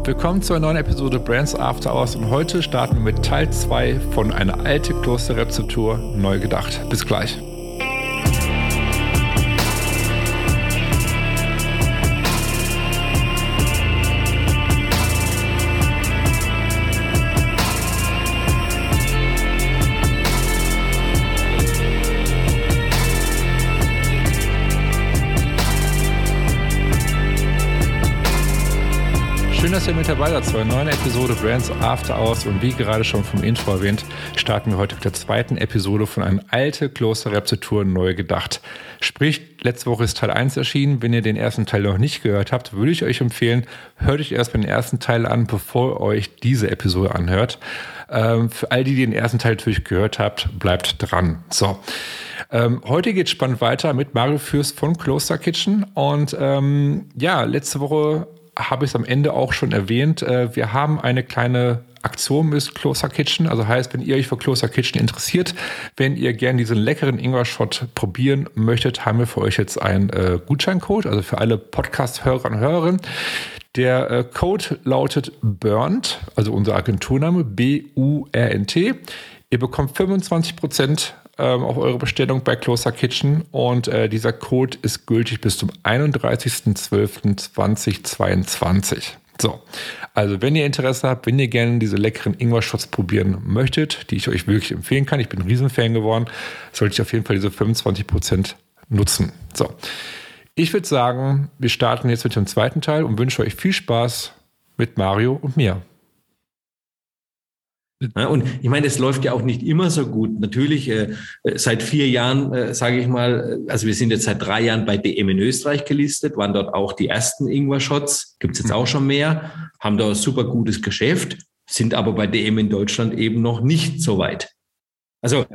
Willkommen zu einer neuen Episode Brands After Hours und heute starten wir mit Teil 2 von Eine alte Klosterrezeptur neu gedacht. Bis gleich. Schön, dass ihr mit dabei seid zu einer neuen Episode Brands After Hours und wie gerade schon vom Intro erwähnt, starten wir heute mit der zweiten Episode von Eine alte Klosterrezeptur neu gedacht. Sprich, letzte Woche ist Teil 1 erschienen. Wenn ihr den ersten Teil noch nicht gehört habt, würde ich euch empfehlen, hört euch erstmal den ersten Teil an, bevor ihr euch diese Episode anhört. Für all die den ersten Teil natürlich gehört habt, bleibt dran. So. Heute geht es spannend weiter mit Mario Fürst von Kloster Kitchen und letzte Woche habe ich es am Ende auch schon erwähnt. Wir haben eine kleine Aktion mit Kloster Kitchen. Also heißt, wenn ihr euch für Kloster Kitchen interessiert, wenn ihr gerne diesen leckeren Ingwer-Shot probieren möchtet, haben wir für euch jetzt einen Gutscheincode, also für alle Podcast-Hörer und Hörerinnen. Der Code lautet BURNT, also unser Agenturname, B-U-R-N-T. Ihr bekommt 25% auf eure Bestellung bei Kloster Kitchen und dieser Code ist gültig bis zum 31.12.2022. So, also wenn ihr Interesse habt, wenn ihr gerne diese leckeren Ingwer-Shots probieren möchtet, die ich euch wirklich empfehlen kann, ich bin ein Riesenfan geworden, sollte ich auf jeden Fall diese 25% nutzen. So, ich würde sagen, wir starten jetzt mit dem zweiten Teil und wünsche euch viel Spaß mit Mario und mir. Und ich meine, es läuft ja auch nicht immer so gut. Natürlich, seit 4 Jahren, sage ich mal, also wir sind jetzt seit 3 Jahren bei DM in Österreich gelistet, waren dort auch die ersten Ingwer-Shots, gibt es jetzt auch schon mehr, haben da ein super gutes Geschäft, sind aber bei DM in Deutschland eben noch nicht so weit. Also,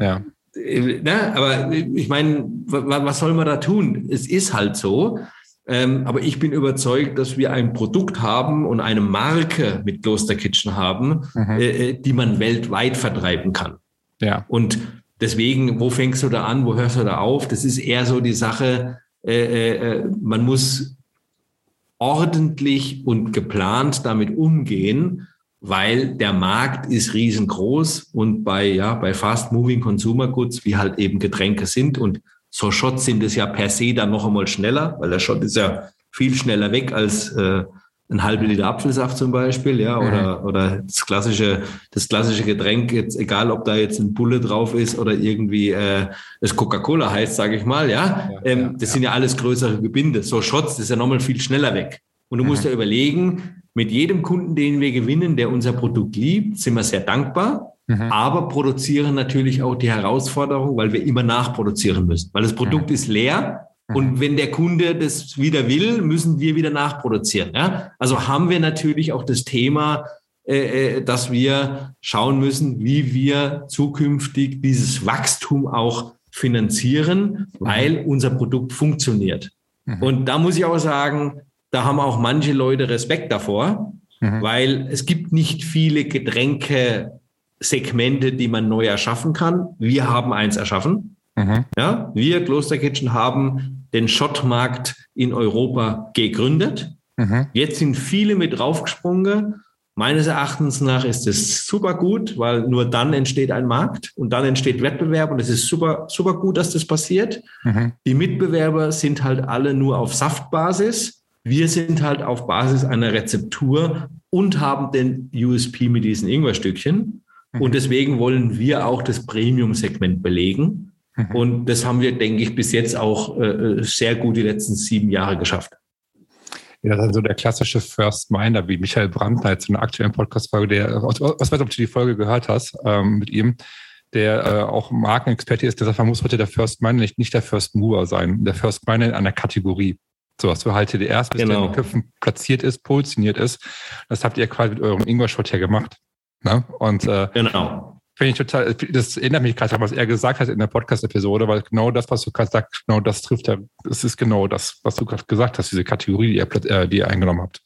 aber ich meine, was soll man da tun? Es ist halt so. Aber ich bin überzeugt, dass wir ein Produkt haben und eine Marke mit Kloster Kitchen haben, die man weltweit vertreiben kann. Ja. Und deswegen, wo fängst du da an, wo hörst du da auf? Das ist eher so die Sache, man muss ordentlich und geplant damit umgehen, weil der Markt ist riesengroß und bei Fast-Moving Consumer Goods, wie halt eben Getränke sind und so Shots sind es ja per se dann noch einmal schneller, weil der Shot ist ja viel schneller weg als ein halber Liter Apfelsaft zum Beispiel, ja, oder das klassische Getränk, jetzt egal ob da jetzt ein Bulle drauf ist oder irgendwie es Coca-Cola heißt, sage ich mal, das sind ja alles größere Gebinde. So Shots, das ist ja nochmal viel schneller weg. Und du musst ja überlegen, mit jedem Kunden, den wir gewinnen, der unser Produkt liebt, sind wir sehr dankbar. Aber produzieren natürlich auch die Herausforderung, weil wir immer nachproduzieren müssen. Weil das Produkt ist leer und wenn der Kunde das wieder will, müssen wir wieder nachproduzieren. Ja? Also haben wir natürlich auch das Thema, dass wir schauen müssen, wie wir zukünftig dieses Wachstum auch finanzieren, weil unser Produkt funktioniert. Und da muss ich auch sagen, da haben auch manche Leute Respekt davor, weil es gibt nicht viele Segmente, die man neu erschaffen kann. Wir haben eins erschaffen. Ja, wir, Kloster Kitchen, haben den Shotmarkt in Europa gegründet. Jetzt sind viele mit draufgesprungen. Meines Erachtens nach ist es super gut, weil nur dann entsteht ein Markt und dann entsteht Wettbewerb und es ist super, super gut, dass das passiert. Die Mitbewerber sind halt alle nur auf Saftbasis. Wir sind halt auf Basis einer Rezeptur und haben den USP mit diesen Ingwerstückchen. Und deswegen wollen wir auch das Premium-Segment belegen. Und das haben wir, denke ich, bis jetzt auch sehr gut die letzten 7 Jahre geschafft. Ja, das ist so der klassische First Minder, wie Michael Brandner jetzt in einer aktuellen Podcast-Folge, ich weiß nicht, ob du die Folge gehört hast mit ihm, der auch Markenexperte ist, der sagt, man muss heute der First Minder, nicht der First Mover sein, der First Minder in einer Kategorie. So, was du halt der erste bist, der in den Köpfen platziert ist, positioniert ist. Das habt ihr quasi mit eurem Ingwer-Shot her gemacht. Ne? Und finde ich total, das erinnert mich gerade daran, was er gesagt hat in der Podcast-Episode, weil genau das, was du gerade sagst, genau das trifft ja, das ist genau das, was du gerade gesagt hast, diese Kategorie, die ihr eingenommen habt.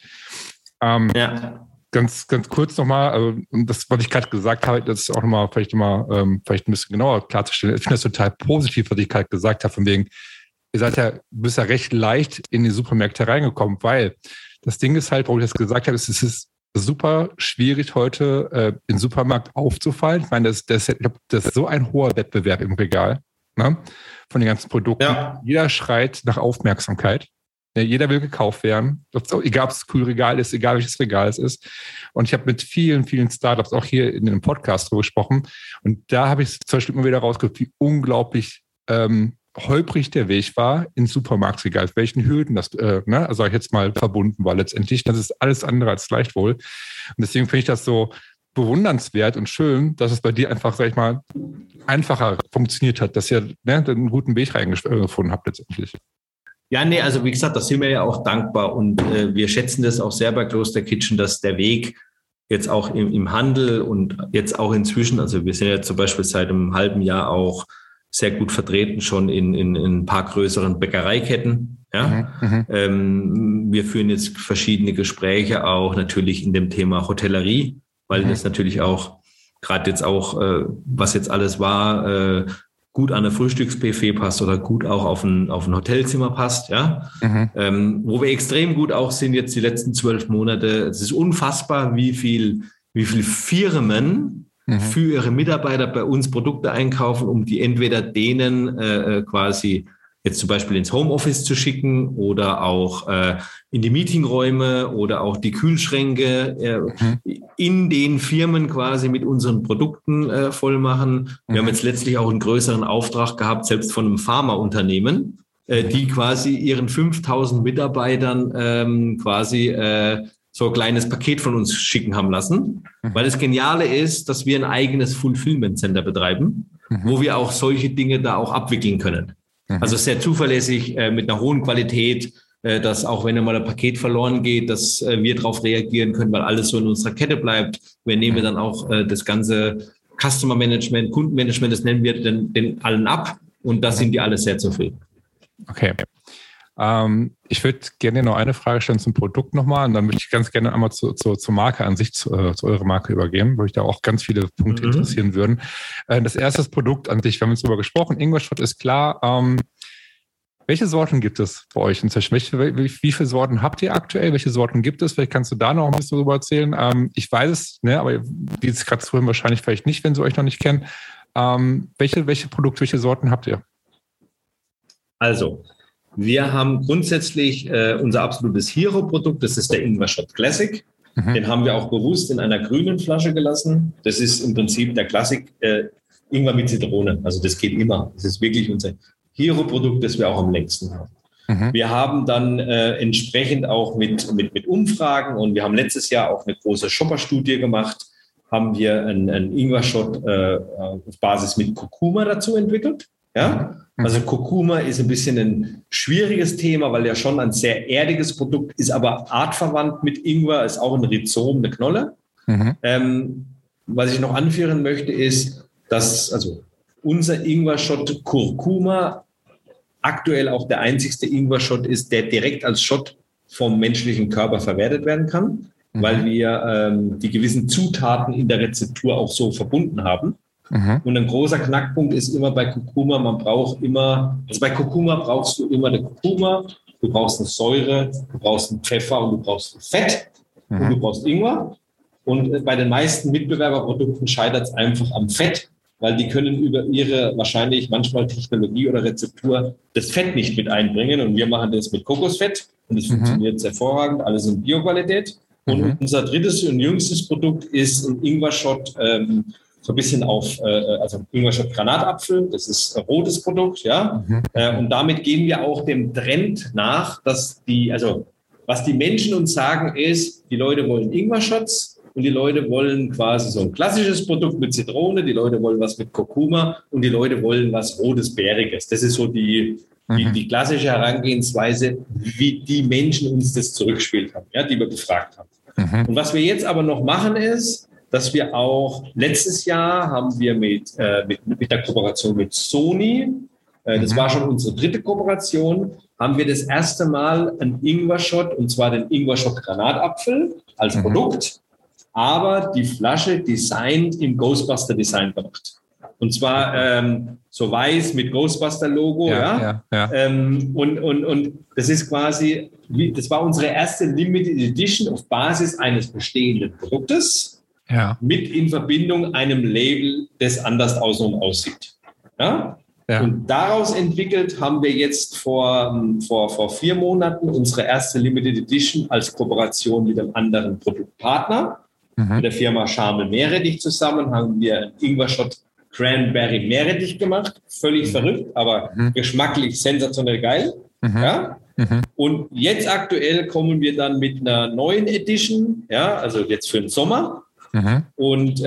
Ganz kurz nochmal, also das, was ich gerade gesagt habe, das ist auch nochmal vielleicht ein bisschen genauer klarzustellen. Ich finde das total positiv, was ich gerade gesagt habe, von wegen, du bist ja recht leicht in die Supermärkte reingekommen, weil das Ding ist halt, warum ich das gesagt habe, es ist super schwierig heute im Supermarkt aufzufallen. Ich meine, das ist so ein hoher Wettbewerb im Regal, ne, von den ganzen Produkten. Ja. Jeder schreit nach Aufmerksamkeit. Ja, jeder will gekauft werden. Egal, ob es Kühlregal ist, egal welches Regal es ist. Und ich habe mit vielen, vielen Startups auch hier in einem Podcast drüber gesprochen. Und da habe ich zum Beispiel immer wieder rausgehört, wie unglaublich holprig der Weg war ins Supermarktregal, welchen Hürden das, also sag ich jetzt mal, verbunden war letztendlich. Das ist alles andere als leicht wohl. Und deswegen finde ich das so bewundernswert und schön, dass es bei dir einfach, sag ich mal, einfacher funktioniert hat, dass ihr einen guten Weg reingefunden habt letztendlich. Ja, nee, also wie gesagt, da sind wir ja auch dankbar und wir schätzen das auch sehr bei Kloster Kitchen, dass der Weg jetzt auch im Handel und jetzt auch inzwischen, also wir sind ja zum Beispiel seit einem halben Jahr auch sehr gut vertreten schon in ein paar größeren Bäckereiketten. Ja? Wir führen jetzt verschiedene Gespräche auch natürlich in dem Thema Hotellerie, weil das natürlich auch gerade jetzt auch, was jetzt alles war, gut an eine Frühstücksbuffet passt oder gut auch auf ein Hotelzimmer passt, ja. Wo wir extrem gut auch sind jetzt die letzten 12 Monate. Es ist unfassbar, wie viel Firmen für ihre Mitarbeiter bei uns Produkte einkaufen, um die entweder denen quasi jetzt zum Beispiel ins Homeoffice zu schicken oder auch in die Meetingräume oder auch die Kühlschränke in den Firmen quasi mit unseren Produkten voll machen. Wir haben jetzt letztlich auch einen größeren Auftrag gehabt, selbst von einem Pharmaunternehmen, die quasi ihren 5.000 Mitarbeitern so ein kleines Paket von uns schicken haben lassen. Weil das Geniale ist, dass wir ein eigenes Fulfillment Center betreiben, wo wir auch solche Dinge da auch abwickeln können. Also sehr zuverlässig, mit einer hohen Qualität, dass auch wenn einmal ein Paket verloren geht, dass wir darauf reagieren können, weil alles so in unserer Kette bleibt. Wir nehmen dann auch das ganze Customer Management, Kundenmanagement, das nennen wir den allen ab und da sind die alle sehr zufrieden. Okay. Ich würde gerne noch eine Frage stellen zum Produkt nochmal und dann würde ich ganz gerne einmal zur Marke an sich, zu eurer Marke übergeben, weil ich da auch ganz viele Punkte interessieren würden. Das erste Produkt an sich, wir haben jetzt darüber gesprochen, Ingwer-Shot ist klar. Welche Sorten gibt es bei euch inzwischen? Wie viele Sorten habt ihr aktuell? Welche Sorten gibt es? Vielleicht kannst du da noch ein bisschen drüber erzählen. Ich weiß es, ne, aber die jetzt gerade zuhören wahrscheinlich vielleicht nicht, wenn sie euch noch nicht kennen. Welche Produkte, welche Sorten habt ihr? Also, wir haben grundsätzlich unser absolutes Hero-Produkt, das ist der Ingwer-Shot Classic. Den haben wir auch bewusst in einer grünen Flasche gelassen. Das ist im Prinzip der Classic Ingwer mit Zitrone. Also das geht immer. Das ist wirklich unser Hero-Produkt, das wir auch am längsten haben. Wir haben dann entsprechend auch mit Umfragen und wir haben letztes Jahr auch eine große Shopper-Studie gemacht, haben wir einen Ingwer-Shot auf Basis mit Kurkuma dazu entwickelt. Ja? Also Kurkuma ist ein bisschen ein schwieriges Thema, weil ja schon ein sehr erdiges Produkt ist, aber artverwandt mit Ingwer, ist auch ein Rhizom, eine Knolle. Was ich noch anführen möchte, ist, dass also unser Ingwer-Shot Kurkuma aktuell auch der einzigste Ingwer-Shot ist, der direkt als Shot vom menschlichen Körper verwertet werden kann, weil wir die gewissen Zutaten in der Rezeptur auch so verbunden haben. Und ein großer Knackpunkt ist immer bei Kurkuma, bei Kurkuma brauchst du immer eine Kurkuma, du brauchst eine Säure, du brauchst einen Pfeffer und du brauchst ein Fett und du brauchst Ingwer. Und bei den meisten Mitbewerberprodukten scheitert es einfach am Fett, weil die können über ihre wahrscheinlich manchmal Technologie oder Rezeptur das Fett nicht mit einbringen. Und wir machen das mit Kokosfett und das funktioniert hervorragend, alles in Bioqualität. Und unser drittes und jüngstes Produkt ist ein Ingwer-Shot, so ein bisschen also Ingwer-Shot Granatapfel, das ist ein rotes Produkt, ja. Und damit gehen wir auch dem Trend nach, dass was die Menschen uns sagen ist, die Leute wollen Ingwer-Shots und die Leute wollen quasi so ein klassisches Produkt mit Zitrone, die Leute wollen was mit Kurkuma und die Leute wollen was rotes, bäriges. Das ist so die klassische Herangehensweise, wie die Menschen uns das zurückgespielt haben, ja, die wir gefragt haben. Und was wir jetzt aber noch machen ist, dass wir auch letztes Jahr haben wir mit der Kooperation mit Sony, das war schon unsere dritte Kooperation, haben wir das erste Mal einen Ingwer-Shot, und zwar den Ingwer-Shot Granatapfel als Produkt, aber die Flasche designt im Ghostbuster-Design gemacht. Und zwar so weiß mit Ghostbuster-Logo. Ja. Und das ist quasi, das war unsere erste Limited Edition auf Basis eines bestehenden Produktes mit in Verbindung einem Label, das anders aussieht. Ja? Ja. Und daraus entwickelt haben wir jetzt vor 4 Monaten unsere erste Limited Edition als Kooperation mit einem anderen Produktpartner. Mit der Firma Schamel Meerrettich zusammen haben wir einen Ingwer-Shot Cranberry Meerrettich gemacht. Völlig verrückt, aber geschmacklich sensationell geil. Ja? Und jetzt aktuell kommen wir dann mit einer neuen Edition, ja, also jetzt für den Sommer. Und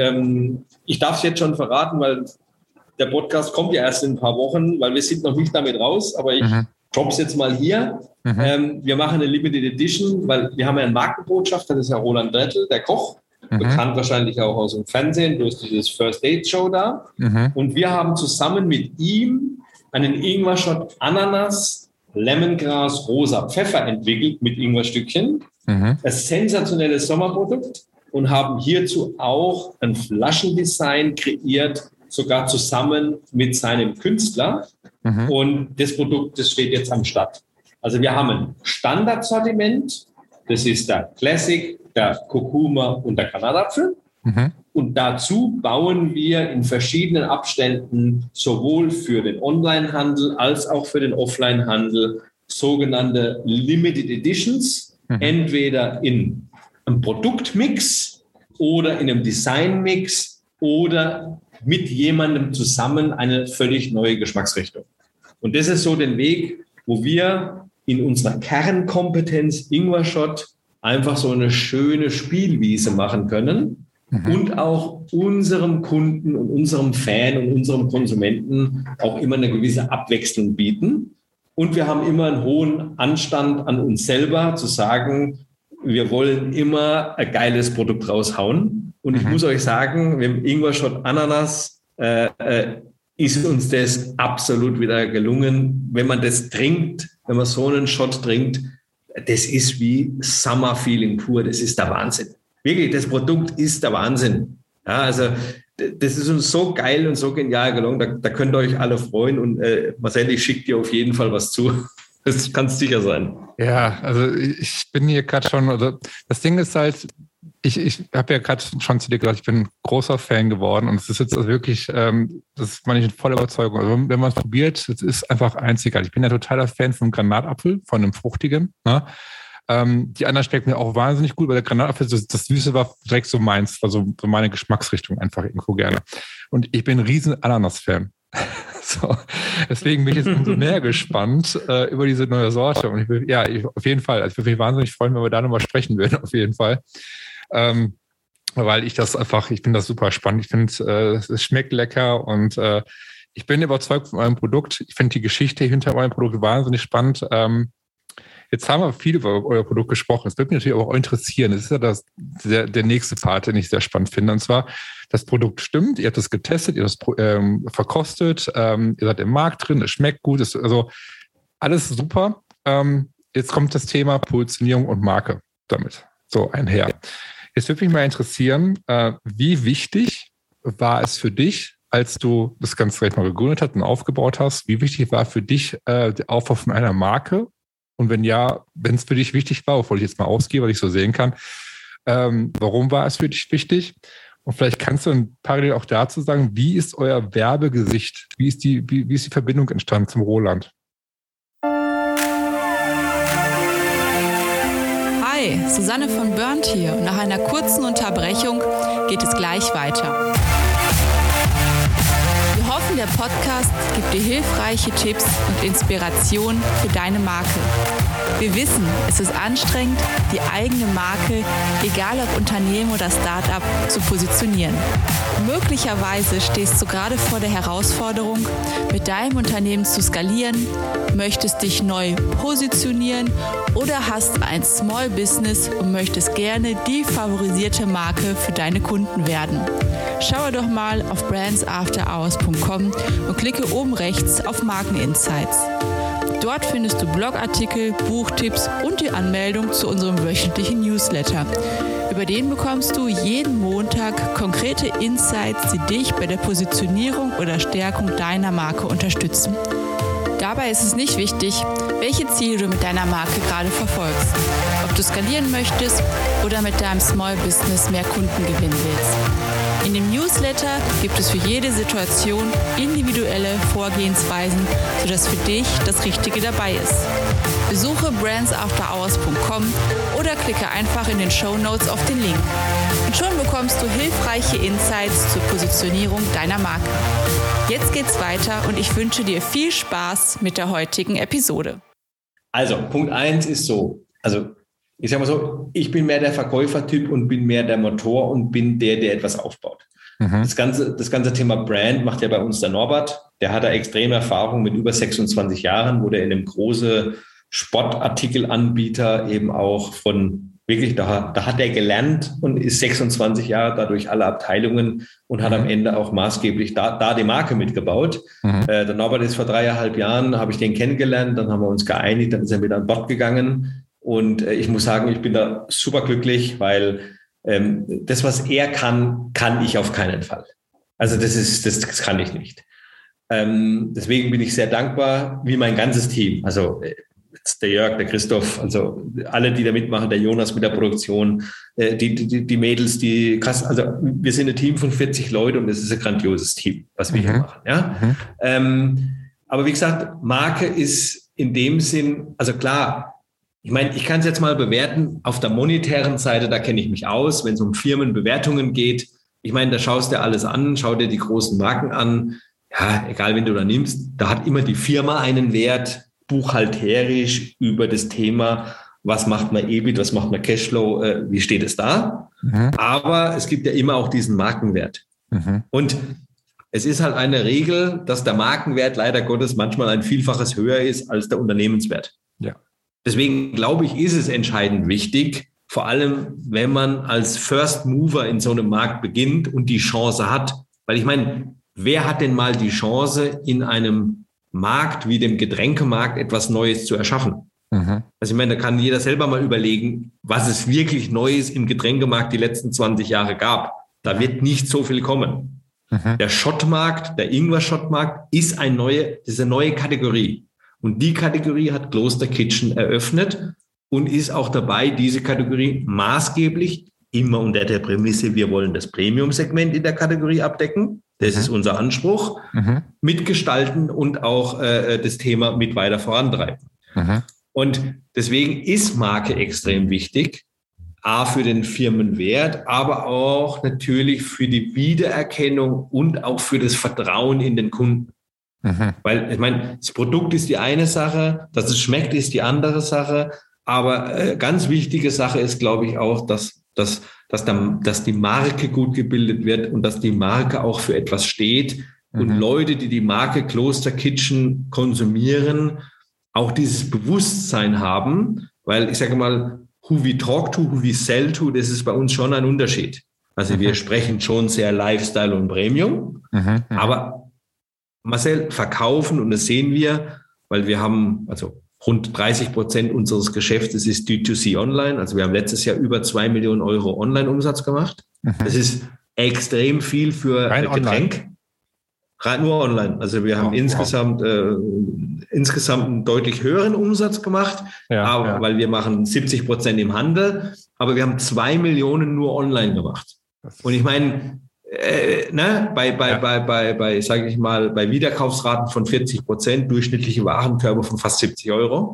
ich darf es jetzt schon verraten, weil der Podcast kommt ja erst in ein paar Wochen, weil wir sind noch nicht damit raus, aber ich drop's jetzt mal hier. Wir machen eine Limited Edition, weil wir haben ja einen Markenbotschafter, das ist ja Roland Drettel, der Koch, bekannt wahrscheinlich auch aus dem Fernsehen, durch dieses First Aid Show da. Und wir haben zusammen mit ihm einen Ingwer-Shot Ananas, Lemongrass, rosa Pfeffer entwickelt mit Ingwerstückchen. Ein sensationelles Sommerprodukt und haben hierzu auch ein Flaschendesign kreiert, sogar zusammen mit seinem Künstler. Und das Produkt, das steht jetzt am Start. Also wir haben ein Standardsortiment, das ist der Classic, der Kurkuma und der Granatapfel. Und dazu bauen wir in verschiedenen Abständen sowohl für den Online-Handel als auch für den Offline-Handel sogenannte Limited Editions, entweder in einem Produktmix oder in einem Designmix oder mit jemandem zusammen eine völlig neue Geschmacksrichtung. Und das ist so der Weg, wo wir in unserer Kernkompetenz Ingwer-Shot einfach so eine schöne Spielwiese machen können und auch unserem Kunden und unserem Fan und unserem Konsumenten auch immer eine gewisse Abwechslung bieten. Und wir haben immer einen hohen Anstand an uns selber zu sagen, wir wollen immer ein geiles Produkt raushauen. Und ich muss euch sagen, mit dem Ingwer-Shot Ananas ist uns das absolut wieder gelungen. Wenn man das trinkt, wenn man so einen Shot trinkt, das ist wie Summer-Feeling pur. Das ist der Wahnsinn. Wirklich, das Produkt ist der Wahnsinn. Ja, also das ist uns so geil und so genial gelungen. Da könnt ihr euch alle freuen. Und Marcel, ich schicke dir auf jeden Fall was zu. Das kannst sicher sein. Ja, also ich bin hier gerade schon, also das Ding ist halt, ich habe ja gerade schon zu dir gesagt, ich bin ein großer Fan geworden und es ist jetzt also wirklich, das ist meine volle Überzeugung. Also wenn man es probiert, es ist einfach einzigartig. Ich bin ja totaler Fan vom Granatapfel, von einem fruchtigen. Ne? Die anderen schmecken mir auch wahnsinnig gut, weil der Granatapfel, das Süße war direkt so meins, also so meine Geschmacksrichtung einfach irgendwo gerne. Und ich bin ein riesen Ananas-Fan. So, deswegen bin ich jetzt umso mehr gespannt über diese neue Sorte. Und auf jeden Fall. Also ich würde mich wahnsinnig freuen, wenn wir da nochmal sprechen würden, auf jeden Fall. Weil ich finde das super spannend. Ich finde, es schmeckt lecker und ich bin überzeugt von eurem Produkt. Ich finde die Geschichte hinter eurem Produkt wahnsinnig spannend. Jetzt haben wir viel über euer Produkt gesprochen. Es würde mich natürlich auch interessieren. Das ist ja der nächste Part, den ich sehr spannend finde. Und zwar, das Produkt stimmt, ihr habt es getestet, ihr habt es verkostet, ihr seid im Markt drin, es schmeckt gut, also alles super. Jetzt kommt das Thema Positionierung und Marke damit so einher. Jetzt würde mich mal interessieren, wie wichtig war es für dich, als du das Ganze vielleicht mal gegründet hast und aufgebaut hast, wie wichtig war für dich der Aufbau von einer Marke? Und wenn ja, wenn es für dich wichtig war, wovon ich jetzt mal ausgehe, weil ich so sehen kann, warum war es für dich wichtig? Und vielleicht kannst du parallel auch dazu sagen, wie ist euer Werbegesicht? Wie ist die Verbindung entstanden zum Roland? Hi, Susanne von Burnt hier. Und nach einer kurzen Unterbrechung geht es gleich weiter. Wir hoffen, der Podcast gibt dir hilfreiche Tipps und Inspiration für deine Marke. Wir wissen, es ist anstrengend, die eigene Marke, egal ob Unternehmen oder Start-up, zu positionieren. Möglicherweise stehst du gerade vor der Herausforderung, mit deinem Unternehmen zu skalieren, möchtest dich neu positionieren oder hast ein Small Business und möchtest gerne die favorisierte Marke für deine Kunden werden. Schaue doch mal auf brandsafterhours.com und klicke oben rechts auf Markeninsights. Dort findest du Blogartikel, Buchtipps und die Anmeldung zu unserem wöchentlichen Newsletter, über Über den bekommst du jeden Montag konkrete Insights, die dich bei der Positionierung oder Stärkung deiner Marke unterstützen. Dabei ist es nicht wichtig, welche Ziele du mit deiner Marke gerade verfolgst. Ob du skalieren möchtest oder mit deinem Small Business mehr Kunden gewinnen willst. In dem Newsletter gibt es für jede Situation individuelle Vorgehensweisen, sodass für dich das Richtige dabei ist. Besuche brandsafterhours.com oder klicke einfach in den Shownotes auf den Link. Und schon bekommst du hilfreiche Insights zur Positionierung deiner Marke. Jetzt geht's weiter und ich wünsche dir viel Spaß mit der heutigen Episode. Also, Punkt 1 ist so, ich sage mal so, ich bin mehr der Verkäufertyp und bin mehr der Motor und bin der etwas aufbaut. Das ganze Thema Brand macht ja bei uns der Norbert. Der hat da extreme Erfahrung mit über 26 Jahren, wo der in einem großen Sportartikelanbieter eben auch von wirklich, da hat er gelernt und ist 26 Jahre dadurch alle Abteilungen und hat am Ende auch maßgeblich da die Marke mitgebaut. Der Norbert ist vor 3,5 Jahren, habe ich den kennengelernt, dann haben wir uns geeinigt, dann ist er wieder an Bord gegangen. Und ich muss sagen, ich bin da super glücklich, weil das, was er kann ich auf keinen Fall. Also das kann ich nicht. Deswegen bin ich sehr dankbar, wie mein ganzes Team. Also jetzt der Jörg, der Christoph, also alle, die da mitmachen, der Jonas mit der Produktion, die Mädels, also wir sind ein Team von 40 Leuten und es ist ein grandioses Team, was wir hier machen. Ja? Aber wie gesagt, Marke ist in dem Sinn, also klar, ich meine, ich kann es jetzt mal bewerten, auf der monetären Seite, da kenne ich mich aus, wenn es um Firmenbewertungen geht. Ich meine, da schaust du alles an, schau dir die großen Marken an. Ja, egal, wen du da nimmst, da hat immer die Firma einen Wert, buchhalterisch über das Thema, was macht man EBIT, was macht man Cashflow, wie steht es da? Aber es gibt ja immer auch diesen Markenwert. Und es ist halt eine Regel, dass der Markenwert leider Gottes manchmal ein Vielfaches höher ist als der Unternehmenswert. Ja. Deswegen glaube ich, ist es entscheidend wichtig, vor allem wenn man als First Mover in so einem Markt beginnt und die Chance hat, weil ich meine, wer hat denn mal die Chance, in einem Markt wie dem Getränkemarkt etwas Neues zu erschaffen? Also ich meine, da kann jeder selber mal überlegen, was es wirklich Neues im Getränkemarkt die letzten 20 Jahre gab. Da wird nicht so viel kommen. Der Schottmarkt, der Ingwer-Schottmarkt ist eine neue Kategorie. Und die Kategorie hat Kloster Kitchen eröffnet und ist auch dabei, diese Kategorie maßgeblich, immer unter der Prämisse, wir wollen das Premium-Segment in der Kategorie abdecken. Das ist unser Anspruch, mitgestalten und auch das Thema mit weiter vorantreiben. Und deswegen ist Marke extrem wichtig, A, für den Firmenwert, aber auch natürlich für die Wiedererkennung und auch für das Vertrauen in den Kunden. Weil, ich meine, das Produkt ist die eine Sache, dass es schmeckt, ist die andere Sache. Aber ganz wichtige Sache ist, glaube ich, auch, dass die Marke gut gebildet wird und dass die Marke auch für etwas steht. Und Leute, die die Marke Kloster Kitchen konsumieren, auch dieses Bewusstsein haben. Weil ich sage mal, who we talk to, who we sell to, das ist bei uns schon ein Unterschied. Also wir sprechen schon sehr Lifestyle und Premium. Aber Marcel, verkaufen, und das sehen wir, weil wir haben, also rund 30% unseres Geschäftes ist D2C online. Also wir haben letztes Jahr über 2 Millionen Euro Online-Umsatz gemacht. Das ist extrem viel für ein Getränk. Rein nur online. Also wir haben insgesamt einen deutlich höheren Umsatz gemacht, weil wir machen 70% im Handel, aber wir haben 2 Millionen nur online gemacht. Und ich meine, sage ich mal, bei Wiederkaufsraten von 40%, durchschnittliche Warenkörbe von fast 70 Euro.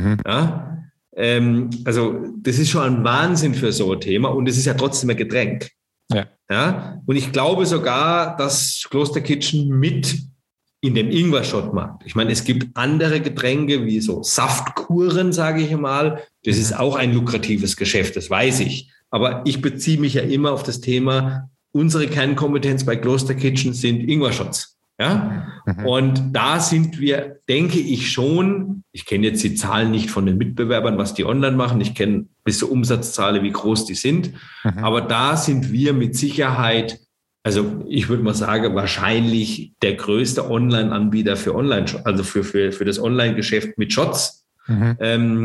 Also das ist schon ein Wahnsinn für so ein Thema und es ist ja trotzdem ein Getränk. Und ich glaube sogar, dass Kloster Kitchen mit in dem Ingwer-Shot-Markt, ich meine, es gibt andere Getränke wie so Saftkuren, sage ich mal, das ist auch ein lukratives Geschäft, das weiß ich. Aber ich beziehe mich ja immer auf das Thema, unsere Kernkompetenz bei Kloster Kitchen sind Ingwer-Shots. Und da sind wir, denke ich schon, ich kenne jetzt die Zahlen nicht von den Mitbewerbern, was die online machen, ich kenne bis zur Umsatzzahlen, wie groß die sind, aber da sind wir mit Sicherheit, also ich würde mal sagen, wahrscheinlich der größte Online-Anbieter für Online, also für das Online-Geschäft mit Shots.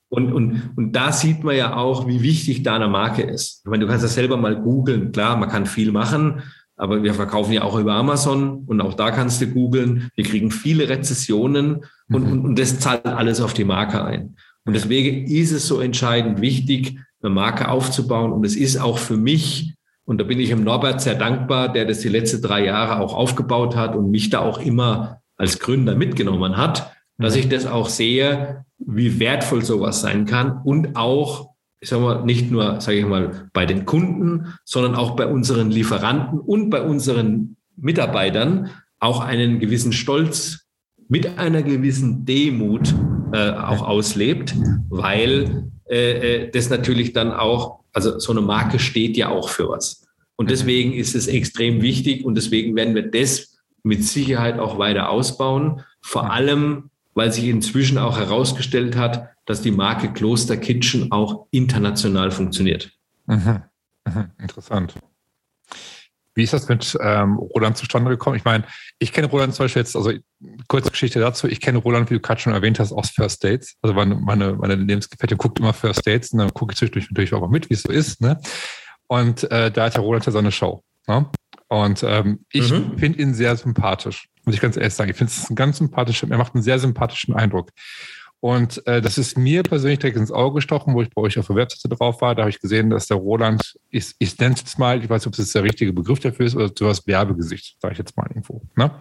Und da sieht man ja auch, wie wichtig da eine Marke ist. Ich meine, du kannst das selber mal googeln. Klar, man kann viel machen, aber wir verkaufen ja auch über Amazon und auch da kannst du googeln. Wir kriegen viele Rezessionen und das zahlt alles auf die Marke ein. Und deswegen ist es so entscheidend wichtig, eine Marke aufzubauen. Und es ist auch für mich, und da bin ich dem Norbert sehr dankbar, der das die letzten 3 Jahre auch aufgebaut hat und mich da auch immer als Gründer mitgenommen hat, dass ich das auch sehe, wie wertvoll sowas sein kann und auch, ich sage mal, nicht nur, sage ich mal, bei den Kunden, sondern auch bei unseren Lieferanten und bei unseren Mitarbeitern auch einen gewissen Stolz mit einer gewissen Demut auch auslebt, weil das natürlich dann auch, also so eine Marke steht ja auch für was. Und deswegen ist es extrem wichtig und deswegen werden wir das mit Sicherheit auch weiter ausbauen, vor allem, weil sich inzwischen auch herausgestellt hat, dass die Marke Kloster Kitchen auch international funktioniert. Interessant. Wie ist das mit Roland zustande gekommen? Ich meine, ich kenne Roland zum Beispiel jetzt, also kurze Geschichte dazu, ich kenne Roland, wie du gerade schon erwähnt hast, aus First Dates. Also meine Lebensgefährtin guckt immer First Dates und dann gucke ich zwischendurch natürlich auch mal mit, wie es so ist. Ne? Und da hat der Roland ja seine Show. Ne? Und ich finde ihn sehr sympathisch. Muss ich ganz ehrlich sagen. Ich finde es ganz sympathisch. Er macht einen sehr sympathischen Eindruck. Und das ist mir persönlich direkt ins Auge gestochen, wo ich bei euch auf der Webseite drauf war. Da habe ich gesehen, dass der Roland, ich nenne es jetzt mal, ich weiß nicht, ob das der richtige Begriff dafür ist, oder sowas Werbegesicht, sage ich jetzt mal irgendwo. Ne?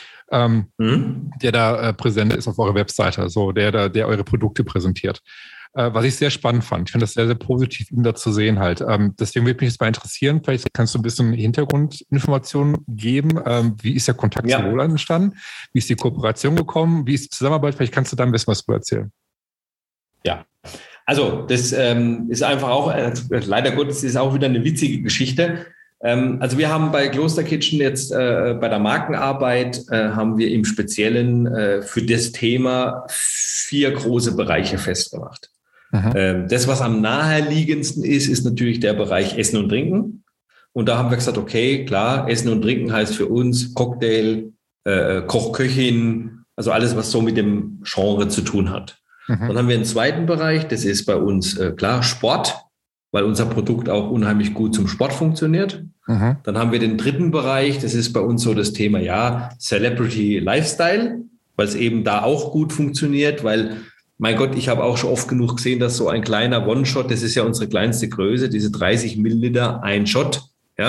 Der da präsent ist auf eurer Webseite, so der eure Produkte präsentiert. Was ich sehr spannend fand. Ich finde das sehr, sehr positiv, ihn da zu sehen halt. Deswegen würde mich jetzt mal interessieren, vielleicht kannst du ein bisschen Hintergrundinformationen geben. Wie ist der Kontakt zu Roland entstanden? Wie ist die Kooperation gekommen? Wie ist die Zusammenarbeit? Vielleicht kannst du da ein bisschen was drüber erzählen. Ja, also das ist einfach auch, leider Gottes ist auch wieder eine witzige Geschichte. Also wir haben bei Kloster Kitchen jetzt bei der Markenarbeit haben wir im Speziellen für das Thema 4 große Bereiche festgemacht. Das, was am naheliegendsten ist natürlich der Bereich Essen und Trinken. Und da haben wir gesagt, okay, klar, Essen und Trinken heißt für uns Cocktail, Koch, Köchin, also alles, was so mit dem Genre zu tun hat. Dann haben wir einen zweiten Bereich, das ist bei uns klar Sport, weil unser Produkt auch unheimlich gut zum Sport funktioniert. Dann haben wir den dritten Bereich, das ist bei uns so das Thema, Celebrity Lifestyle, weil es eben da auch gut funktioniert, weil, mein Gott, ich habe auch schon oft genug gesehen, dass so ein kleiner One-Shot, das ist ja unsere kleinste Größe, diese 30 Milliliter, ein Shot,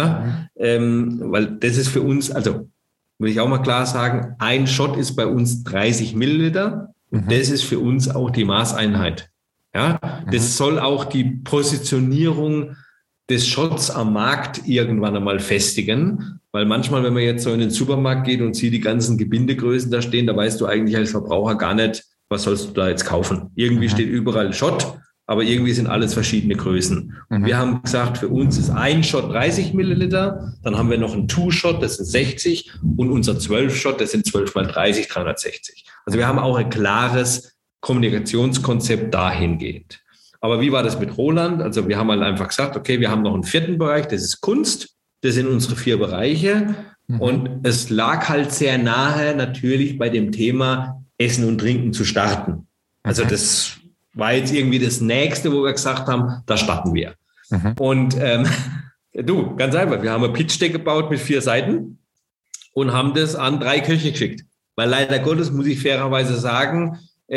weil das ist für uns, also will ich auch mal klar sagen, ein Shot ist bei uns 30 Milliliter und das ist für uns auch die Maßeinheit. Ja, das soll auch die Positionierung des Shots am Markt irgendwann einmal festigen, weil manchmal, wenn man jetzt so in den Supermarkt geht und sieht die ganzen Gebindegrößen da stehen, da weißt du eigentlich als Verbraucher gar nicht, was sollst du da jetzt kaufen. Irgendwie steht überall Shot, aber irgendwie sind alles verschiedene Größen. Und wir haben gesagt, für uns ist ein Shot 30 Milliliter, dann haben wir noch einen Two-Shot, das sind 60 und unser 12-Shot, das sind 12 mal 30, 360. Also wir haben auch ein klares Kommunikationskonzept dahingehend. Aber wie war das mit Roland? Also wir haben halt einfach gesagt, okay, wir haben noch einen 4. Bereich, das ist Kunst. Das sind unsere 4 Bereiche. Und es lag halt sehr nahe natürlich bei dem Thema Essen und Trinken zu starten. Also das war jetzt irgendwie das Nächste, wo wir gesagt haben, da starten wir. Und du, ganz einfach, wir haben ein Pitch-Deck gebaut mit 4 Seiten und haben das an 3 Köche geschickt. Weil leider Gottes, muss ich fairerweise sagen,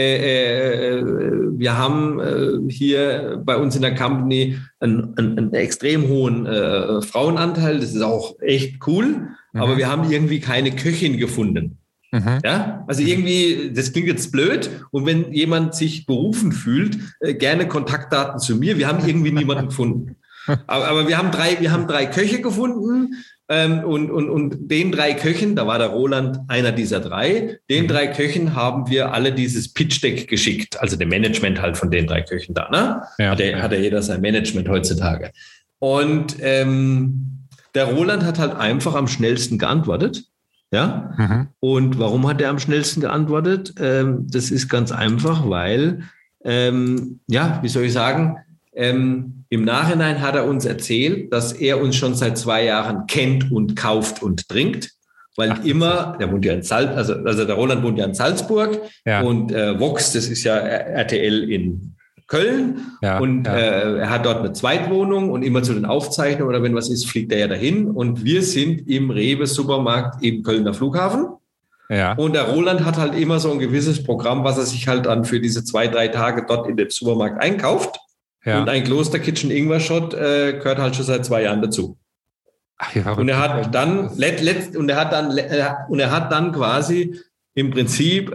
wir haben hier bei uns in der Company einen extrem hohen Frauenanteil. Das ist auch echt cool. Aber wir haben irgendwie keine Köchin gefunden. Ja, also irgendwie, das klingt jetzt blöd. Und wenn jemand sich berufen fühlt, gerne Kontaktdaten zu mir. Wir haben irgendwie niemanden gefunden. Aber wir haben 3 Köche gefunden. Und den 3 Köchen, da war der Roland einer dieser 3, den 3 Köchen haben wir alle dieses Pitch-Deck geschickt, also dem Management halt von den 3 Köchen da, ne? Hat ja jeder sein Management heutzutage. Und der Roland hat halt einfach am schnellsten geantwortet, ja? Und warum hat er am schnellsten geantwortet? Das ist ganz einfach, weil, wie soll ich sagen, im Nachhinein hat er uns erzählt, dass er uns schon seit 2 Jahren kennt und kauft und trinkt, weil der wohnt ja in also der Roland wohnt ja in Salzburg und Vox, das ist ja RTL in Köln und er hat dort eine Zweitwohnung und immer zu den Aufzeichnungen oder wenn was ist, fliegt er ja dahin und wir sind im Rewe-Supermarkt im Kölner Flughafen. Ja. Und der Roland hat halt immer so ein gewisses Programm, was er sich halt dann für diese 2-3 Tage dort in dem Supermarkt einkauft. Ja. Und ein Kloster Kitchen Ingwer-Shot gehört halt schon seit 2 Jahren dazu. Ach, und er hat dann quasi im Prinzip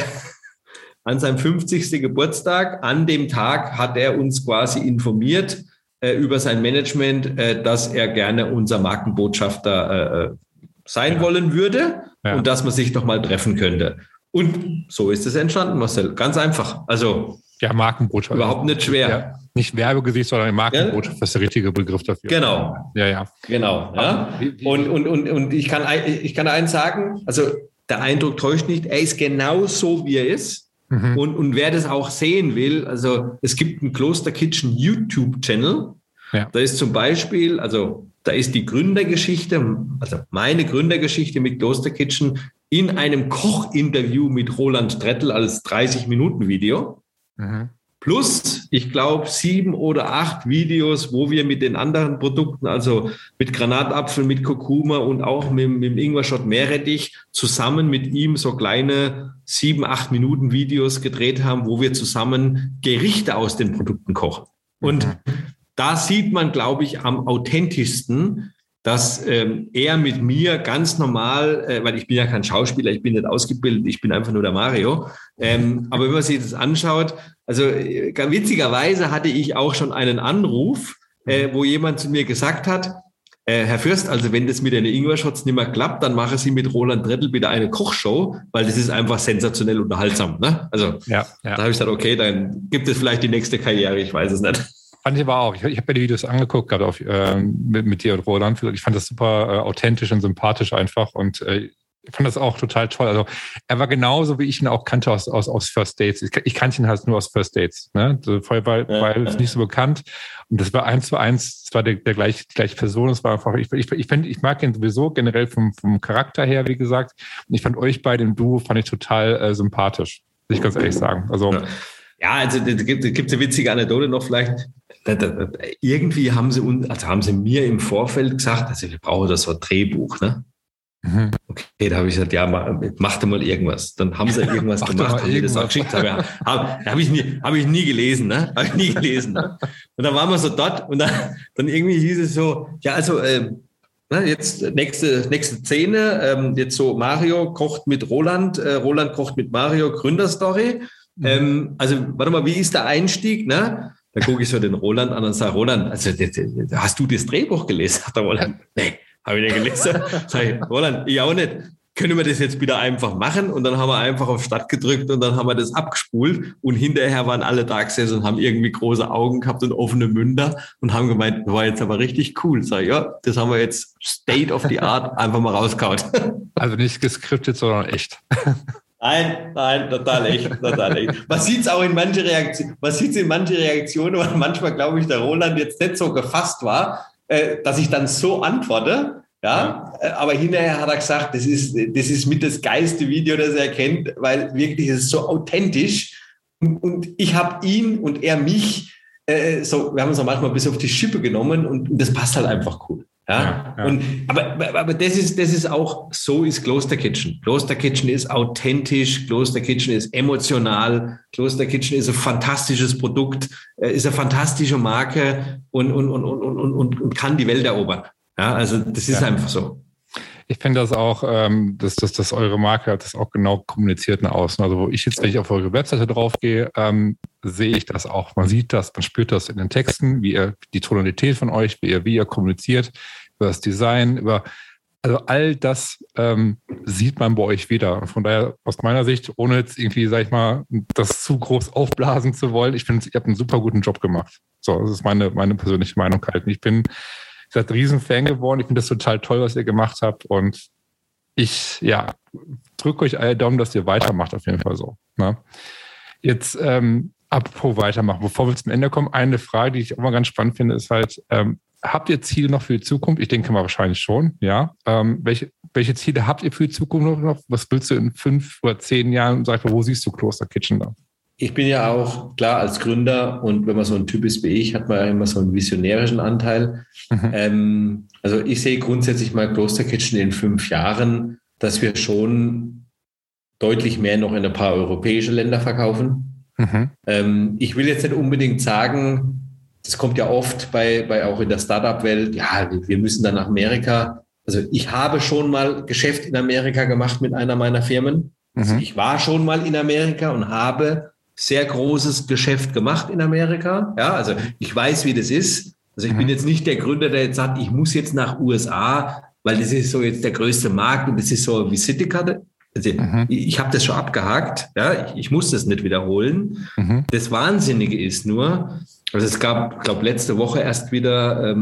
an seinem 50. Geburtstag, an dem Tag hat er uns quasi informiert über sein Management, dass er gerne unser Markenbotschafter sein wollen würde und dass man sich noch mal treffen könnte. Und so ist es entstanden, Marcel. Ganz einfach. Also Markenbotschafter. Überhaupt nicht schwer. Ja. Nicht Werbegesicht, sondern Markenbotschaft ist der richtige Begriff dafür. Genau. Ja. Genau. Ja. Und ich kann eins sagen, also der Eindruck täuscht nicht, er ist genau so, wie er ist. Mhm. Und wer das auch sehen will, also es gibt einen Kloster Kitchen YouTube-Channel. Ja. Da ist zum Beispiel, also da ist die Gründergeschichte, also meine Gründergeschichte mit Kloster Kitchen in einem Kochinterview mit Roland Trettl als 30-Minuten-Video. Mhm. Plus, ich glaube, 7 oder 8 Videos, wo wir mit den anderen Produkten, also mit Granatapfel, mit Kurkuma und auch mit dem Ingwer-Shot Meerrettich, zusammen mit ihm so kleine 7-8 Minuten Videos gedreht haben, wo wir zusammen Gerichte aus den Produkten kochen. Und da sieht man, glaube ich, am authentischsten, dass er mit mir ganz normal, weil ich bin ja kein Schauspieler, ich bin nicht ausgebildet, ich bin einfach nur der Mario. Aber wenn man sich das anschaut, also witzigerweise hatte ich auch schon einen Anruf, wo jemand zu mir gesagt hat, Herr Fürst, also wenn das mit den Ingwer-Shots nicht mehr klappt, dann machen Sie mit Roland Trettl bitte eine Kochshow, weil das ist einfach sensationell unterhaltsam. Ne? Also da habe ich gesagt, okay, dann gibt es vielleicht die nächste Karriere, ich weiß es nicht. Fand ich aber auch. Ich habe mir die Videos angeguckt, gerade mit dir und Roland. Ich fand das super authentisch und sympathisch einfach und ich fand das auch total toll. Also er war genauso, wie ich ihn auch kannte aus First Dates. Ich kannte ihn halt nur aus First Dates. Ne? Vorher war es nicht so bekannt und das war 1:1. Es war die gleiche Person. Es war einfach. Ich mag ihn sowieso generell vom Charakter her, wie gesagt. Und ich fand euch beide im Duo total sympathisch. Muss ich ganz ehrlich sagen. Also also da gibt es eine witzige Anekdote noch vielleicht. Irgendwie haben sie mir im Vorfeld gesagt, also wir brauchen das so ein Drehbuch, ne? Mhm. Okay, da habe ich gesagt, mach doch mal irgendwas. Dann haben sie irgendwas gemacht, haben mir das auch geschickt. Habe ich nie gelesen, ne? Habe ich nie gelesen. Ne? Und dann waren wir so dort und dann irgendwie hieß es so, jetzt nächste Szene, jetzt so Mario kocht mit Roland, Roland kocht mit Mario, Gründerstory. Also warte mal, wie ist der Einstieg, ne? Da gucke ich so den Roland an und sage, Roland, also hast du das Drehbuch gelesen? Sagt der Roland, nee, habe ich nicht gelesen. Sag ich, Roland, ich auch nicht. Können wir das jetzt wieder einfach machen? Und dann haben wir einfach auf Start gedrückt und dann haben wir das abgespult und hinterher waren alle da gesessen und haben irgendwie große Augen gehabt und offene Münder und haben gemeint, war jetzt aber richtig cool. Sag ich, ja, das haben wir jetzt State of the Art einfach mal rausgehauen. Also nicht geskriptet, sondern echt. Nein, total echt. Man sieht es auch in manche Reaktionen, weil manchmal, glaube ich, der Roland jetzt nicht so gefasst war, dass ich dann so antworte. Ja, aber hinterher hat er gesagt, das ist mit das geilste Video, das er kennt, weil wirklich es ist so authentisch. Und ich habe ihn und er mich wir haben uns auch manchmal bis auf die Schippe genommen und das passt halt einfach cool. Ja. Und, aber das ist auch, so ist Kloster Kitchen. Kloster Kitchen ist authentisch, Kloster Kitchen ist emotional, Kloster Kitchen ist ein fantastisches Produkt, ist eine fantastische Marke und kann die Welt erobern. Ja, also das ist einfach so. Ich finde das auch, dass eure Marke hat das auch genau kommuniziert nach außen. Also wo ich jetzt, wenn ich auf eure Webseite draufgehe, sehe ich das auch. Man sieht das, man spürt das in den Texten, die Tonalität von euch, wie ihr kommuniziert, über das Design, also all das sieht man bei euch wieder. Und von daher aus meiner Sicht, ohne jetzt irgendwie, sag ich mal, das zu groß aufblasen zu wollen, ich finde, ihr habt einen super guten Job gemacht. So, das ist meine persönliche Meinung halt. Ich bin ein Riesenfan geworden. Ich finde das total toll, was ihr gemacht habt. Und ich drücke euch alle Daumen, dass ihr weitermacht, auf jeden Fall so. Ne? Jetzt, apropos weitermachen, bevor wir zum Ende kommen, eine Frage, die ich auch mal ganz spannend finde, ist halt, habt ihr Ziele noch für die Zukunft? Ich denke mal wahrscheinlich schon, ja. Welche Ziele habt ihr für die Zukunft noch? Was willst du in 5 oder 10 Jahren? Sag mal, wo siehst du Kloster Kitchen da? ich bin ja auch, klar, als Gründer und wenn man so ein Typ ist wie ich, hat man ja immer so einen visionärischen Anteil. Also ich sehe grundsätzlich mal Kloster Kitchen in 5 Jahren, dass wir schon deutlich mehr noch in ein paar europäische Länder verkaufen. Ich will jetzt nicht unbedingt sagen, das kommt ja oft auch in der Startup-Welt, ja, wir müssen dann nach Amerika. Also ich habe schon mal Geschäft in Amerika gemacht mit einer meiner Firmen. Also ich war schon mal in Amerika und habe sehr großes Geschäft gemacht in Amerika. Ja, also ich weiß, wie das ist. Also ich bin jetzt nicht der Gründer, der jetzt sagt, ich muss jetzt nach USA, weil das ist so jetzt der größte Markt und das ist so wie Visitenkarte. Also ich habe das schon abgehakt, ja, ich muss das nicht wiederholen. Das Wahnsinnige ist nur, also es gab, glaube letzte Woche erst wieder,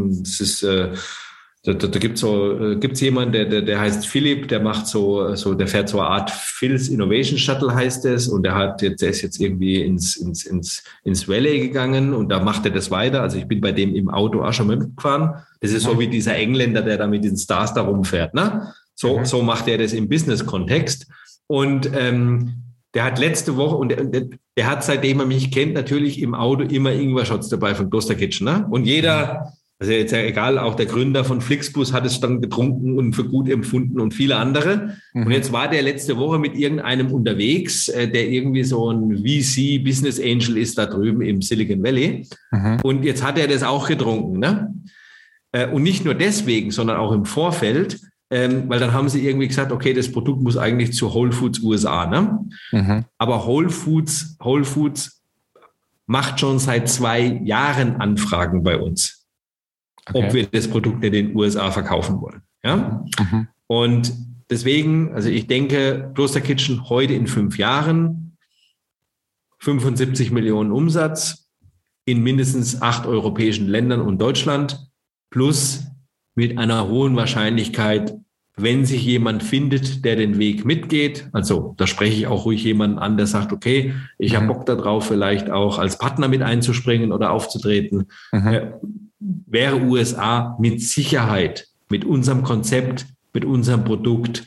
da gibt's jemanden, der heißt Philipp, der macht der fährt so eine Art Phil's Innovation Shuttle heißt es, und der ist jetzt irgendwie ins Valley gegangen und da macht er das weiter. Also ich bin bei dem im Auto auch schon mitgefahren. Das ist so wie dieser Engländer, der da mit den Stars da rumfährt, ne? So macht er das im Business-Kontext. Und der hat letzte Woche, und der hat, seitdem er mich kennt, natürlich im Auto immer Ingwer-Shots dabei von Kloster Kitchen. Ne? Und jeder, also jetzt ja egal, auch der Gründer von Flixbus hat es dann getrunken und für gut empfunden und viele andere. Und jetzt war der letzte Woche mit irgendeinem unterwegs, der irgendwie so ein VC, Business Angel ist da drüben im Silicon Valley. Und jetzt hat er das auch getrunken. Ne? Und nicht nur deswegen, sondern auch im Vorfeld, weil dann haben sie irgendwie gesagt, okay, das Produkt muss eigentlich zu Whole Foods USA. Ne? Aber Whole Foods macht schon seit 2 Jahren Anfragen bei uns, ob wir das Produkt in den USA verkaufen wollen. Ja? Und deswegen, also ich denke, Kloster Kitchen heute in 5 Jahren 75 Millionen Umsatz in mindestens 8 europäischen Ländern und Deutschland plus mit einer hohen Wahrscheinlichkeit, wenn sich jemand findet, der den Weg mitgeht, also da spreche ich auch ruhig jemanden an, der sagt, okay, ich habe Bock darauf, vielleicht auch als Partner mit einzuspringen oder aufzutreten, wäre USA mit Sicherheit, mit unserem Konzept, mit unserem Produkt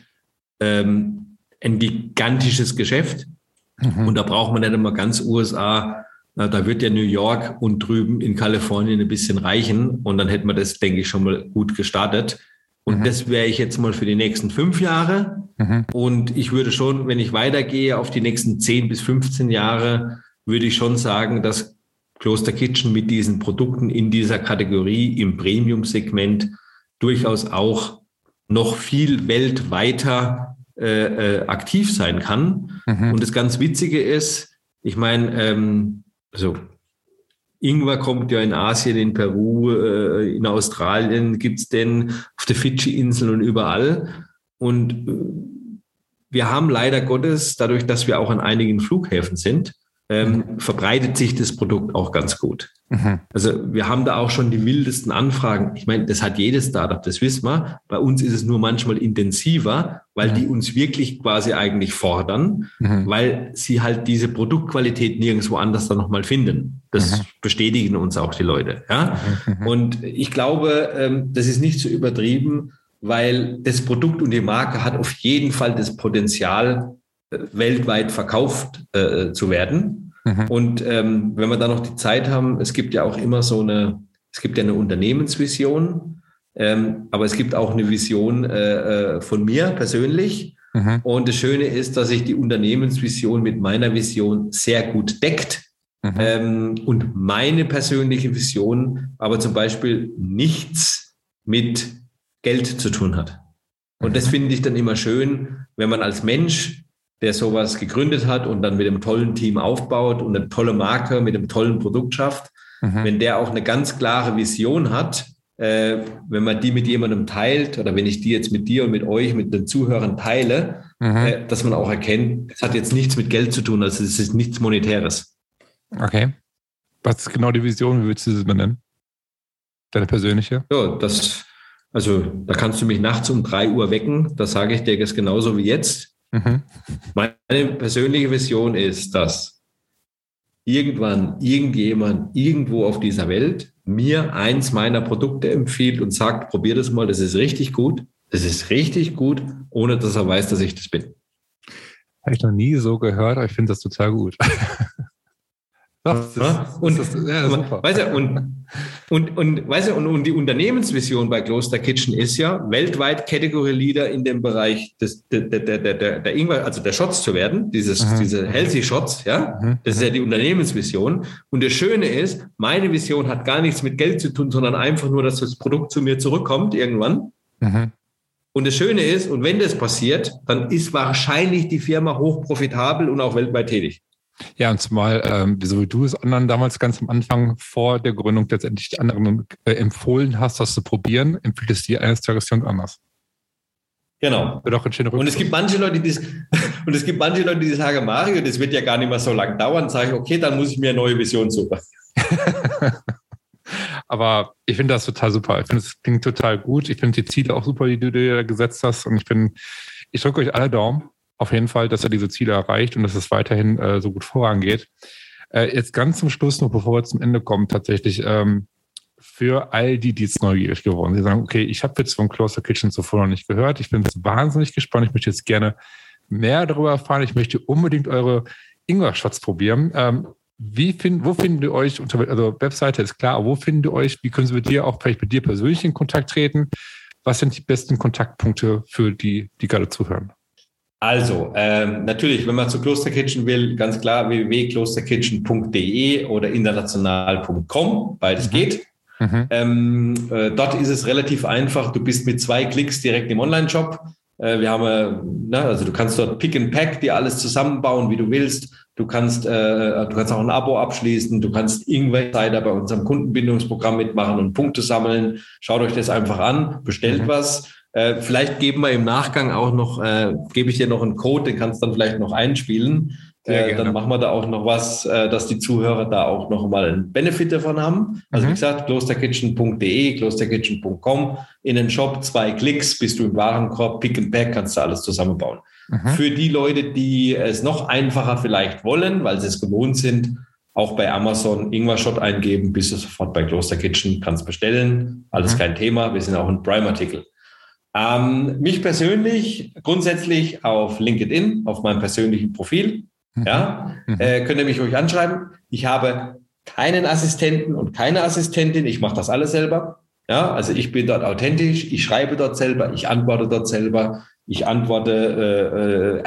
ein gigantisches Geschäft. Und da braucht man nicht immer ganz USA. Da wird ja New York und drüben in Kalifornien ein bisschen reichen und dann hätten wir das, denke ich, schon mal gut gestartet. Und das wäre ich jetzt mal für die nächsten 5 Jahre. Und ich würde schon, wenn ich weitergehe auf die nächsten 10 bis 15 Jahre, würde ich schon sagen, dass Kloster Kitchen mit diesen Produkten in dieser Kategorie im Premium-Segment durchaus auch noch viel weltweiter aktiv sein kann. Und das ganz Witzige ist, ich meine, also Ingwer kommt ja in Asien, in Peru, in Australien gibt's den, auf der Fidschi-Inseln und überall. Und wir haben leider Gottes, dadurch, dass wir auch an einigen Flughäfen sind, verbreitet sich das Produkt auch ganz gut. Also wir haben da auch schon die wildesten Anfragen. Ich meine, das hat jedes Startup, das wissen wir. Bei uns ist es nur manchmal intensiver, weil die uns wirklich quasi eigentlich fordern, weil sie halt diese Produktqualität nirgendwo anders dann nochmal finden. Das bestätigen uns auch die Leute. Ja? Und ich glaube, das ist nicht so übertrieben, weil das Produkt und die Marke hat auf jeden Fall das Potenzial, weltweit verkauft zu werden. Und wenn wir da noch die Zeit haben, es gibt ja auch immer es gibt ja eine Unternehmensvision, aber es gibt auch eine Vision von mir persönlich. Und das Schöne ist, dass sich die Unternehmensvision mit meiner Vision sehr gut deckt. Und meine persönliche Vision aber zum Beispiel nichts mit Geld zu tun hat. Und das finde ich dann immer schön, wenn man als Mensch, der sowas gegründet hat und dann mit einem tollen Team aufbaut und eine tolle Marke mit einem tollen Produkt schafft, wenn der auch eine ganz klare Vision hat, wenn man die mit jemandem teilt oder wenn ich die jetzt mit dir und mit euch, mit den Zuhörern teile, dass man auch erkennt, es hat jetzt nichts mit Geld zu tun, also es ist nichts Monetäres. Okay. Was ist genau die Vision? Wie willst du das benennen? Deine persönliche? Ja, also da kannst du mich nachts um 3 Uhr wecken, das sage ich dir jetzt genauso wie jetzt. Meine persönliche Vision ist, dass irgendwann irgendjemand irgendwo auf dieser Welt mir eins meiner Produkte empfiehlt und sagt, probier das mal, das ist richtig gut, ohne dass er weiß, dass ich das bin. Habe ich noch nie so gehört, aber ich finde das total gut. Super. Und die Unternehmensvision bei Kloster Kitchen ist ja, weltweit Category Leader in dem Bereich der Ingwer, also der Shots zu werden, diese Healthy Shots, ja, das ist ja die Unternehmensvision. Und das Schöne ist, meine Vision hat gar nichts mit Geld zu tun, sondern einfach nur, dass das Produkt zu mir zurückkommt irgendwann. Und das Schöne ist, und wenn das passiert, dann ist wahrscheinlich die Firma hochprofitabel und auch weltweit tätig. Ja, und zumal, so wie du es anderen damals ganz am Anfang vor der Gründung letztendlich die anderen empfohlen hast, das zu probieren, empfiehlt es dir eines Tages jemand anders. Genau. Und es gibt manche Leute, die sagen, Mario, das wird ja gar nicht mehr so lange dauern. Sage ich, okay, dann muss ich mir eine neue Vision suchen. Aber ich finde das total super. Ich finde, es klingt total gut. Ich finde die Ziele auch super, die du dir gesetzt hast. Und ich drücke euch alle Daumen. Auf jeden Fall, dass er diese Ziele erreicht und dass es weiterhin so gut vorangeht. Jetzt ganz zum Schluss noch, bevor wir zum Ende kommen, tatsächlich für all die jetzt neugierig geworden sind. Die sagen, okay, ich habe jetzt von Kloster Kitchen zuvor noch nicht gehört. Ich bin jetzt wahnsinnig gespannt. Ich möchte jetzt gerne mehr darüber erfahren. Ich möchte unbedingt eure Ingwer-Shots probieren. Wo finden wir euch? Also Webseite ist klar, aber wo finden wir euch? Wie können Sie mit dir auch vielleicht mit dir persönlich in Kontakt treten? Was sind die besten Kontaktpunkte für die gerade zuhören? Also, natürlich, wenn man zu Kloster Kitchen will, ganz klar www.klosterkitchen.de oder international.com, beides geht. Dort ist es relativ einfach. Du bist mit 2 Klicks direkt im Online-Shop. Wir haben, also du kannst dort Pick and Pack dir alles zusammenbauen, wie du willst. Du kannst auch ein Abo abschließen. Du kannst Ingwer-Insider bei unserem Kundenbindungsprogramm mitmachen und Punkte sammeln. Schaut euch das einfach an, bestellt was. Vielleicht geben wir im Nachgang auch noch, gebe ich dir noch einen Code, den kannst du dann vielleicht noch einspielen. Dann machen wir da auch noch was, dass die Zuhörer da auch noch mal einen Benefit davon haben. Also wie gesagt, klosterkitchen.de, klosterkitchen.com, in den Shop 2 Klicks, bist du im Warenkorb, Pick and Pack, kannst du alles zusammenbauen. Für die Leute, die es noch einfacher vielleicht wollen, weil sie es gewohnt sind, auch bei Amazon Ingwer-Shot eingeben, bist du sofort bei Kloster Kitchen, kannst bestellen, alles kein Thema, wir sind auch ein Prime-Artikel. Mich persönlich grundsätzlich auf LinkedIn, auf meinem persönlichen Profil, könnt ihr mich ruhig anschreiben. Ich habe keinen Assistenten und keine Assistentin, ich mache das alles selber. Ja, also ich bin dort authentisch, ich schreibe dort selber, ich antworte dort selber, ich antworte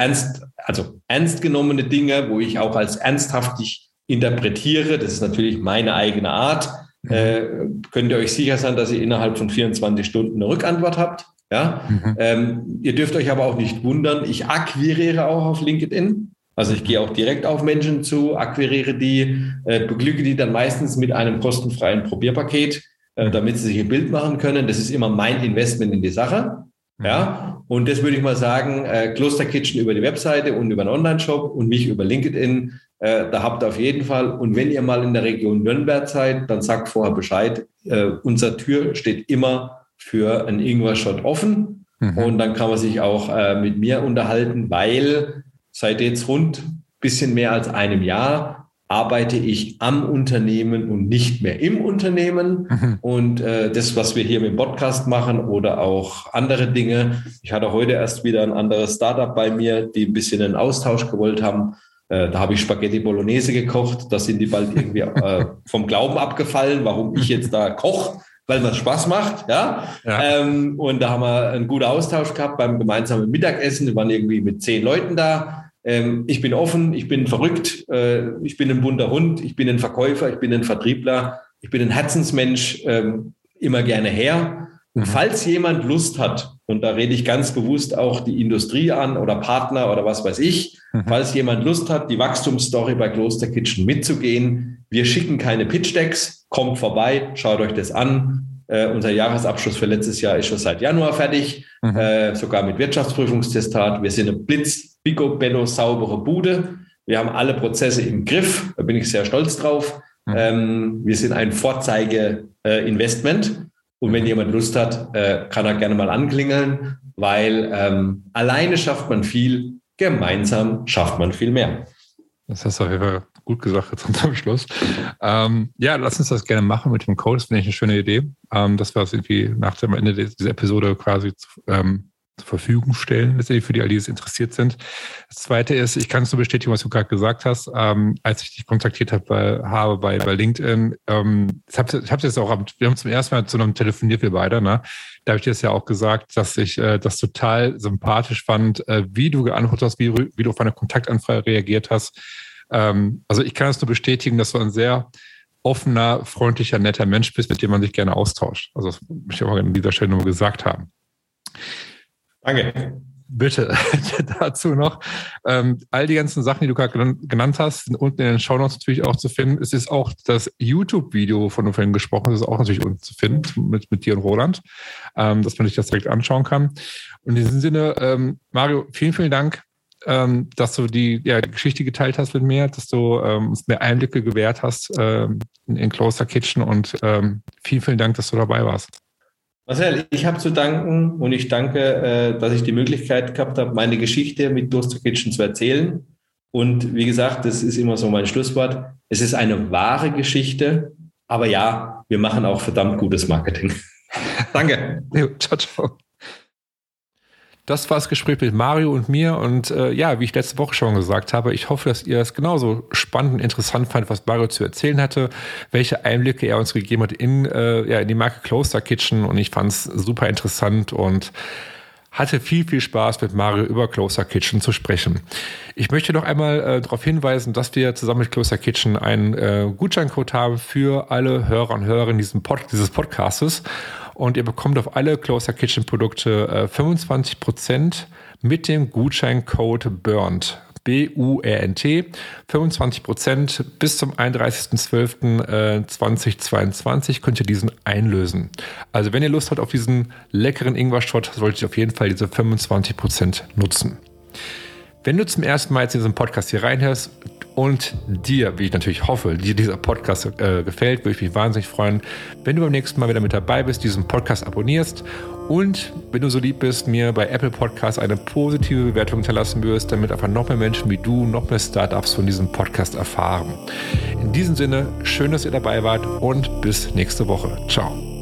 ernst genommene Dinge, wo ich auch als ernsthaftig interpretiere. Das ist natürlich meine eigene Art. Könnt ihr euch sicher sein, dass ihr innerhalb von 24 Stunden eine Rückantwort habt. Ja? Ihr dürft euch aber auch nicht wundern, ich akquiriere auch auf LinkedIn. Also ich gehe auch direkt auf Menschen zu, akquiriere die, beglücke die dann meistens mit einem kostenfreien Probierpaket, damit sie sich ein Bild machen können. Das ist immer mein Investment in die Sache. Ja? Und das würde ich mal sagen, Kloster Kitchen über die Webseite und über den Online-Shop und mich über LinkedIn. Da habt ihr auf jeden Fall. Und wenn ihr mal in der Region Nürnberg seid, dann sagt vorher Bescheid. Unsere Tür steht immer für einen Ingwer-Shot offen. Und dann kann man sich auch mit mir unterhalten, weil seit jetzt rund ein bisschen mehr als einem Jahr arbeite ich am Unternehmen und nicht mehr im Unternehmen. Und das, was wir hier mit dem Podcast machen oder auch andere Dinge. Ich hatte heute erst wieder ein anderes Startup bei mir, die ein bisschen einen Austausch gewollt haben. Da habe ich Spaghetti Bolognese gekocht. Da sind die bald irgendwie vom Glauben abgefallen, warum ich jetzt da koche, weil das Spaß macht. Ja? Und da haben wir einen guten Austausch gehabt beim gemeinsamen Mittagessen. Wir waren irgendwie mit 10 Leuten da. Ich bin offen, ich bin verrückt, ich bin ein bunter Hund, ich bin ein Verkäufer, ich bin ein Vertriebler, ich bin ein Herzensmensch, immer gerne her. Und falls jemand Lust hat, und da rede ich ganz bewusst auch die Industrie an oder Partner oder was weiß ich, falls jemand Lust hat, die Wachstumsstory bei Kloster Kitchen mitzugehen, wir schicken keine Pitch-Decks, kommt vorbei, schaut euch das an. Unser Jahresabschluss für letztes Jahr ist schon seit Januar fertig, sogar mit Wirtschaftsprüfungstestat. Wir sind eine picobello saubere Bude. Wir haben alle Prozesse im Griff, da bin ich sehr stolz drauf. Wir sind ein Vorzeige-Investment. Und wenn jemand Lust hat, kann er gerne mal anklingeln, weil alleine schafft man viel, gemeinsam schafft man viel mehr. Das hast du auf jeden Fall gut gesagt jetzt zum Schluss. Ja, lass uns das gerne machen mit dem Code. Das finde ich eine schöne Idee. Dass wir es irgendwie nach dem Ende dieser Episode quasi zur Verfügung stellen, letztendlich für die, all die es interessiert sind. Das Zweite ist, ich kann es nur bestätigen, was du gerade gesagt hast, als ich dich kontaktiert habe bei LinkedIn. Ich hab's jetzt auch, wir haben zum ersten Mal zusammen telefoniert, wir beide, ne? Da habe ich dir das ja auch gesagt, dass ich das total sympathisch fand, wie du geantwortet hast, wie du auf meine Kontaktanfrage reagiert hast. Also ich kann es nur bestätigen, dass du ein sehr offener, freundlicher, netter Mensch bist, mit dem man sich gerne austauscht. Also das möchte ich auch an dieser Stelle nur gesagt haben. Danke. Bitte, dazu noch. All die ganzen Sachen, die du gerade genannt hast, sind unten in den Shownotes natürlich auch zu finden. Es ist auch das YouTube-Video, von dem du vorhin gesprochen hast, ist auch natürlich unten zu finden, mit dir und Roland, dass man sich das direkt anschauen kann. Und in diesem Sinne, Mario, vielen, vielen Dank, dass du die Geschichte geteilt hast mit mir, dass du uns mehr Einblicke gewährt hast in Closer Kitchen und vielen, vielen Dank, dass du dabei warst. Marcel, ich habe zu danken und ich danke, dass ich die Möglichkeit gehabt habe, meine Geschichte mit Closer Kitchen zu erzählen. Und wie gesagt, das ist immer so mein Schlusswort. Es ist eine wahre Geschichte, aber ja, wir machen auch verdammt gutes Marketing. Danke. Jo, ciao, ciao. Das war das Gespräch mit Mario und mir und wie ich letzte Woche schon gesagt habe, ich hoffe, dass ihr es genauso spannend und interessant fandet, was Mario zu erzählen hatte, welche Einblicke er uns gegeben hat in die Marke Closer Kitchen und ich fand es super interessant und hatte viel, viel Spaß mit Mario über Closer Kitchen zu sprechen. Ich möchte noch einmal darauf hinweisen, dass wir zusammen mit Closer Kitchen einen Gutscheincode haben für alle Hörer und Hörerinnen dieses Podcastes. Und ihr bekommt auf alle Closer Kitchen Produkte 25% mit dem Gutscheincode BURNT. B-U-R-N-T, 25% bis zum 31.12.2022 könnt ihr diesen einlösen. Also wenn ihr Lust habt auf diesen leckeren Ingwer-Shot, solltet ihr auf jeden Fall diese 25% nutzen. Wenn du zum ersten Mal jetzt in diesen Podcast hier reinhörst und dir, wie ich natürlich hoffe, dir dieser Podcast gefällt, würde ich mich wahnsinnig freuen, wenn du beim nächsten Mal wieder mit dabei bist, diesen Podcast abonnierst und wenn du so lieb bist, mir bei Apple Podcasts eine positive Bewertung hinterlassen wirst, damit einfach noch mehr Menschen wie du, noch mehr Startups von diesem Podcast erfahren. In diesem Sinne, schön, dass ihr dabei wart und bis nächste Woche. Ciao.